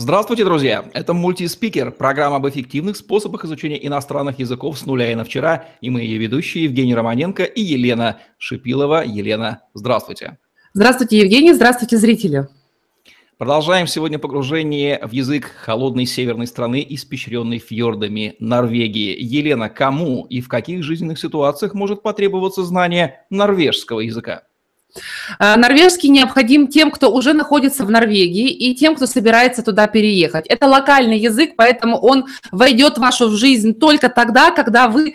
Здравствуйте, друзья! Это «Мультиспикер», программа об эффективных способах изучения иностранных языков с нуля и на вчера. И мы ее ведущие Евгений Романенко и Елена Шипилова. Елена, здравствуйте! Здравствуйте, Евгений! Здравствуйте, зрители! Продолжаем сегодня погружение в язык холодной северной страны, испещренной фьордами Норвегии. Елена, кому и в каких жизненных ситуациях может потребоваться знание норвежского языка? Норвежский необходим тем, кто уже находится в Норвегии, и тем, кто собирается туда переехать. Это локальный язык, поэтому он войдет в вашу жизнь только тогда, когда вы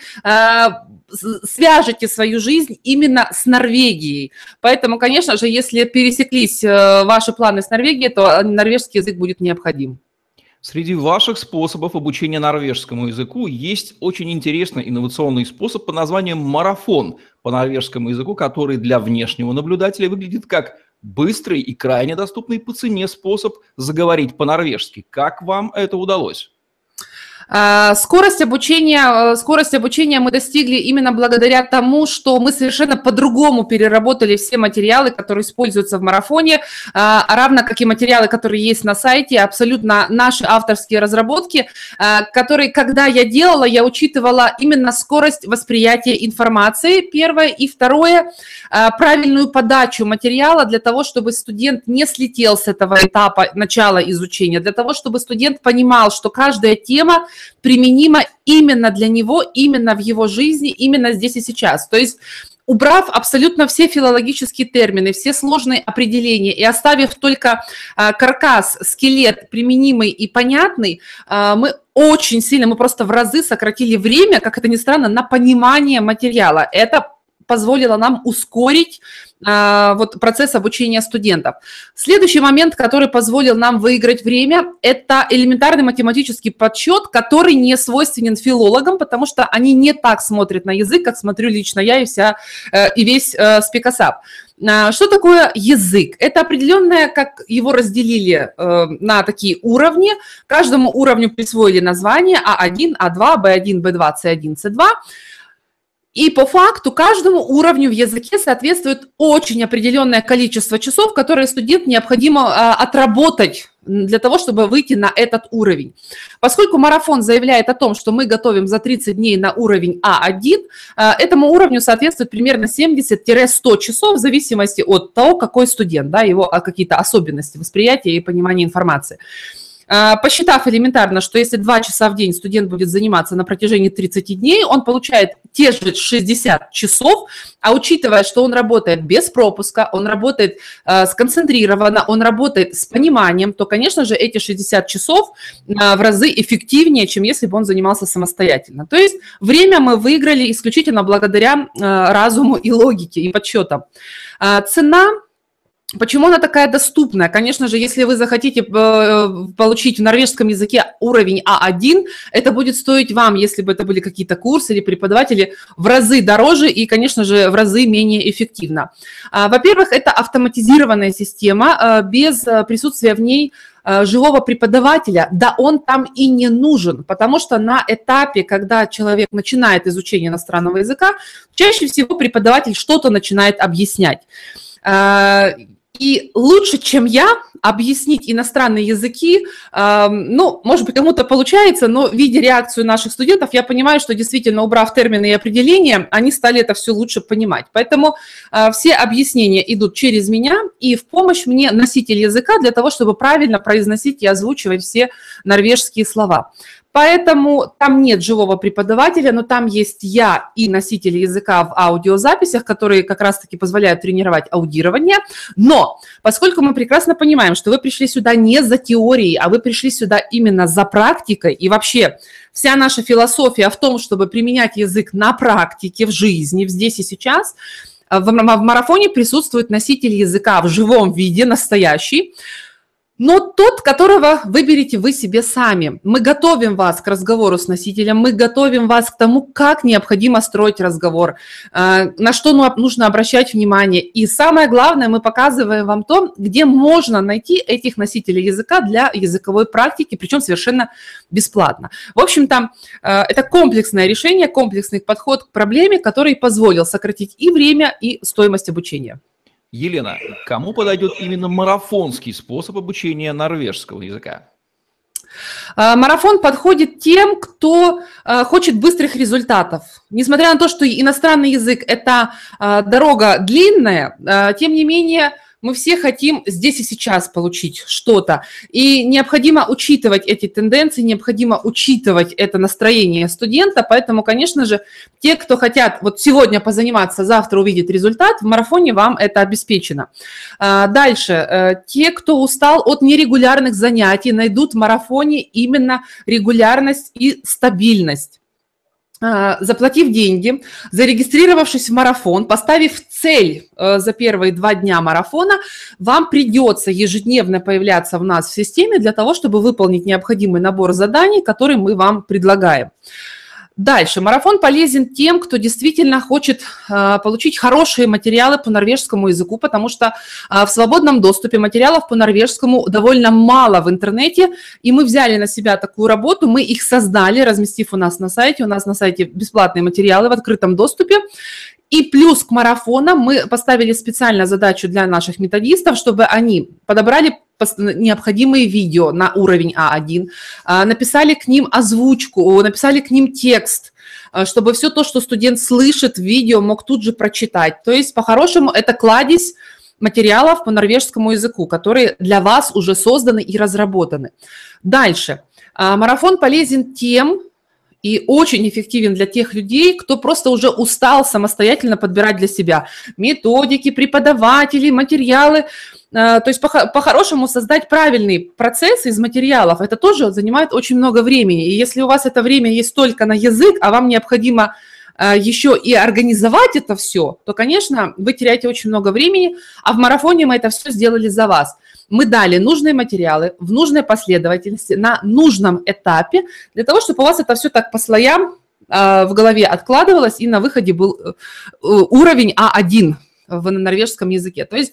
свяжете свою жизнь именно с Норвегией. Поэтому, конечно же, если пересеклись ваши планы с Норвегией, то норвежский язык будет необходим. Среди ваших способов обучения норвежскому языку есть очень интересный инновационный способ под названием марафон по норвежскому языку, который для внешнего наблюдателя выглядит как быстрый и крайне доступный по цене способ заговорить по-норвежски. Как вам это удалось? Скорость обучения мы достигли именно благодаря тому, что мы совершенно по-другому переработали все материалы, которые используются в марафоне, равно как и материалы, которые есть на сайте, абсолютно наши авторские разработки, которые, когда я делала, я учитывала именно скорость восприятия информации, первое, и второе, правильную подачу материала для того, чтобы студент не слетел с этого этапа начала изучения, для того, чтобы студент понимал, что каждая тема применима именно для него, именно в его жизни, именно здесь и сейчас. То есть, убрав абсолютно все филологические термины, все сложные определения и оставив только каркас, скелет применимый и понятный, мы очень сильно, мы просто в разы сократили время, как это ни странно, на понимание материала. Это позволило нам ускорить процесс обучения студентов. Следующий момент, который позволил нам выиграть время, это элементарный математический подсчет, который не свойственен филологам, потому что они не так смотрят на язык, как смотрю лично я и весь Speak-Asap. Что такое язык? Это определенное, как его разделили на такие уровни. Каждому уровню присвоили название А1, А2, Б1, Б2, С1, С2. И по факту каждому уровню в языке соответствует очень определенное количество часов, которые студенту необходимо отработать для того, чтобы выйти на этот уровень. Поскольку марафон заявляет о том, что мы готовим за 30 дней на уровень А1, этому уровню соответствует примерно 70-100 часов в зависимости от того, какой студент, да, его какие-то особенности восприятия и понимания информации. Посчитав элементарно, что если 2 часа в день студент будет заниматься на протяжении 30 дней, он получает те же 60 часов, а учитывая, что он работает без пропуска, он работает сконцентрированно, он работает с пониманием, то, конечно же, эти 60 часов в разы эффективнее, чем если бы он занимался самостоятельно. То есть время мы выиграли исключительно благодаря разуму и логике, и подсчетам. Цена... Почему она такая доступная? Конечно же, если вы захотите получить в норвежском языке уровень А1, это будет стоить вам, если бы это были какие-то курсы или преподаватели, в разы дороже и, конечно же, в разы менее эффективно. Во-первых, это автоматизированная система, без присутствия в ней живого преподавателя, да он там и не нужен, потому что на этапе, когда человек начинает изучение иностранного языка, чаще всего преподаватель что-то начинает объяснять. И лучше, чем я, объяснить иностранные языки, может быть, кому-то получается, но видя реакцию наших студентов, я понимаю, что действительно, убрав термины и определения, они стали это все лучше понимать. Поэтому все объяснения идут через меня, и в помощь мне носитель языка для того, чтобы правильно произносить и озвучивать все норвежские слова. Поэтому там нет живого преподавателя, но там есть я и носитель языка в аудиозаписях, которые как раз-таки позволяют тренировать аудирование. Но поскольку мы прекрасно понимаем, что вы пришли сюда не за теорией, а вы пришли сюда именно за практикой, и вообще вся наша философия в том, чтобы применять язык на практике, в жизни, здесь и сейчас, в марафоне присутствует носитель языка в живом виде, настоящий, но тот, которого выберете вы себе сами. Мы готовим вас к разговору с носителем, мы готовим вас к тому, как необходимо строить разговор, на что нужно обращать внимание. И самое главное, мы показываем вам то, где можно найти этих носителей языка для языковой практики, причем совершенно бесплатно. В общем-то, это комплексное решение, комплексный подход к проблеме, который позволил сократить и время, и стоимость обучения. Елена, кому подойдет именно марафонский способ обучения норвежского языка? Марафон подходит тем, кто хочет быстрых результатов. Несмотря на то, что иностранный язык – это дорога длинная, тем не менее мы все хотим здесь и сейчас получить что-то. И необходимо учитывать эти тенденции, необходимо учитывать это настроение студента. Поэтому, конечно же, те, кто хотят вот сегодня позаниматься, завтра увидеть результат, в марафоне вам это обеспечено. Дальше. Те, кто устал от нерегулярных занятий, найдут в марафоне именно регулярность и стабильность. Заплатив деньги, зарегистрировавшись в марафон, поставив цель за первые 2 дня марафона, вам придется ежедневно появляться у нас в системе для того, чтобы выполнить необходимый набор заданий, который мы вам предлагаем. Дальше. Марафон полезен тем, кто действительно хочет получить хорошие материалы по норвежскому языку, потому что в свободном доступе материалов по норвежскому довольно мало в интернете, и мы взяли на себя такую работу, мы их создали, разместив у нас на сайте. У нас на сайте бесплатные материалы в открытом доступе. И плюс к марафонам мы поставили специально задачу для наших методистов, чтобы они подобрали необходимые видео на уровень А1, написали к ним озвучку, написали к ним текст, чтобы все то, что студент слышит в видео, мог тут же прочитать. То есть, по-хорошему, это кладезь материалов по норвежскому языку, которые для вас уже созданы и разработаны. Дальше. Марафон полезен тем, и очень эффективен для тех людей, кто просто уже устал самостоятельно подбирать для себя методики, преподавателей, материалы. То есть по-хорошему создать правильный процесс из материалов, это тоже занимает очень много времени. И если у вас это время есть только на язык, а вам необходимо еще и организовать это все, то, конечно, вы теряете очень много времени, а в марафоне мы это все сделали за вас. Мы дали нужные материалы в нужной последовательности, на нужном этапе, для того, чтобы у вас это все так по слоям в голове откладывалось, и на выходе был уровень А1 в норвежском языке. То есть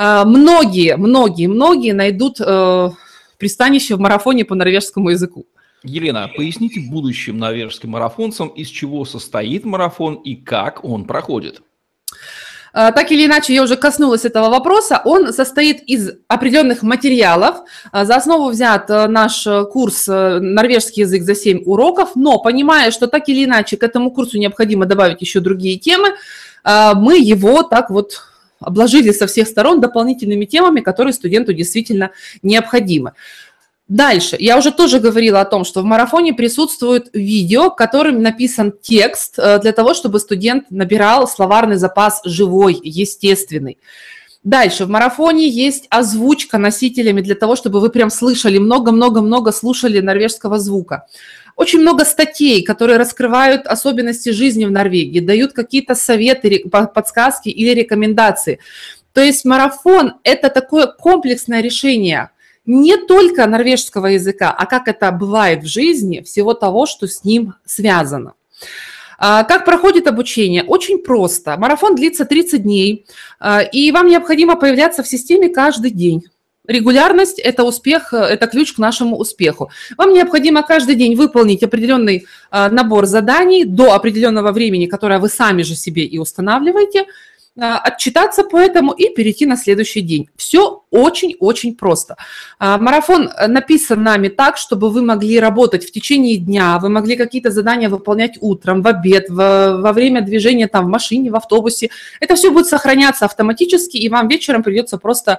многие найдут пристанище в марафоне по норвежскому языку. Елена, поясните будущим норвежским марафонцам, из чего состоит марафон и как он проходит. Так или иначе, я уже коснулась этого вопроса. Он состоит из определенных материалов. За основу взят наш курс «Норвежский язык за 7 уроков», но понимая, что так или иначе к этому курсу необходимо добавить еще другие темы, мы его так вот обложили со всех сторон дополнительными темами, которые студенту действительно необходимы. Дальше. Я уже тоже говорила о том, что в марафоне присутствует видео, которым написан текст для того, чтобы студент набирал словарный запас живой, естественный. Дальше. В марафоне есть озвучка носителями для того, чтобы вы прям слышали, много-много-много слушали норвежского звука. Очень много статей, которые раскрывают особенности жизни в Норвегии, дают какие-то советы, подсказки или рекомендации. То есть марафон – это такое комплексное решение не только норвежского языка, а как это бывает в жизни, всего того, что с ним связано. Как проходит обучение? Очень просто. Марафон длится 30 дней, и вам необходимо появляться в системе каждый день. Регулярность – это успех, это ключ к нашему успеху. Вам необходимо каждый день выполнить определенный набор заданий до определенного времени, которое вы сами же себе и устанавливаете, отчитаться по этому и перейти на следующий день. Все очень-очень просто. Марафон написан нами так, чтобы вы могли работать в течение дня, вы могли какие-то задания выполнять утром, в обед, во время движения там, в машине, в автобусе. Это все будет сохраняться автоматически, и вам вечером придется просто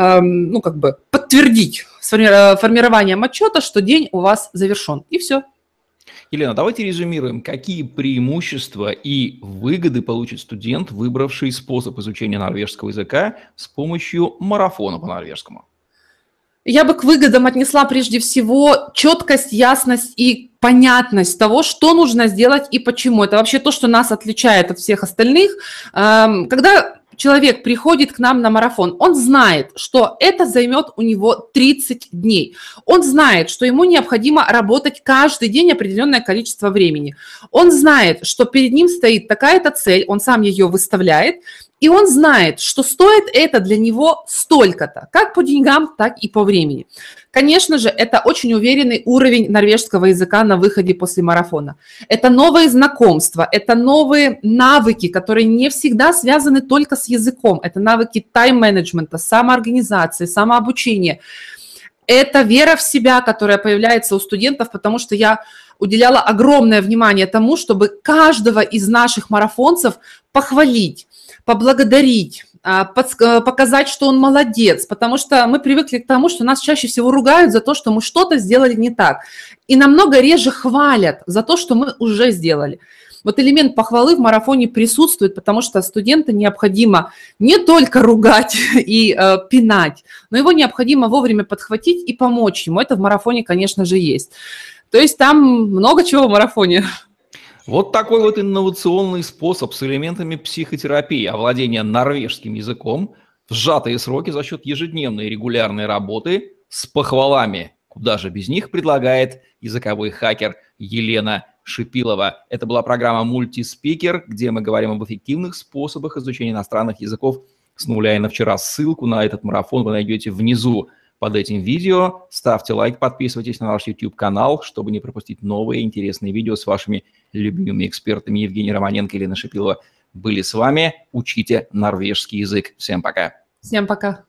подтвердить формированием отчета, что день у вас завершен. И все. Елена, давайте резюмируем, какие преимущества и выгоды получит студент, выбравший способ изучения норвежского языка с помощью марафона по норвежскому. Я бы к выгодам отнесла прежде всего четкость, ясность и понятность того, что нужно сделать и почему. Это вообще то, что нас отличает от всех остальных. Когда человек приходит к нам на марафон, он знает, что это займет у него 30 дней. Он знает, что ему необходимо работать каждый день определенное количество времени. Он знает, что перед ним стоит такая-то цель, он сам ее выставляет, и он знает, что стоит это для него столько-то, как по деньгам, так и по времени. Конечно же, это очень уверенный уровень норвежского языка на выходе после марафона. Это новые знакомства, это новые навыки, которые не всегда связаны только с языком. Это навыки тайм-менеджмента, самоорганизации, самообучения. это вера в себя, которая появляется у студентов, потому что я уделяла огромное внимание тому, чтобы каждого из наших марафонцев похвалить, поблагодарить, показать, что он молодец, потому что мы привыкли к тому, что нас чаще всего ругают за то, что мы что-то сделали не так, и намного реже хвалят за то, что мы уже сделали. Вот элемент похвалы в марафоне присутствует, потому что студента необходимо не только ругать и пинать, но его необходимо вовремя подхватить и помочь ему. Это в марафоне, конечно же, есть. То есть там много чего в марафоне. Вот такой вот инновационный способ с элементами психотерапии, овладения норвежским языком в сжатые сроки за счет ежедневной регулярной работы с похвалами. Куда же без них, предлагает языковой хакер Елена Шипилова. Это была программа «Мультиспикер», где мы говорим об эффективных способах изучения иностранных языков с нуля и на вчера. Ссылку на этот марафон вы найдете внизу под этим видео. Ставьте лайк, подписывайтесь на наш YouTube-канал, чтобы не пропустить новые интересные видео с вашими любимыми экспертами. Евгений Романенко и Елена Шипилова были с вами. Учите норвежский язык. Всем пока. Всем пока.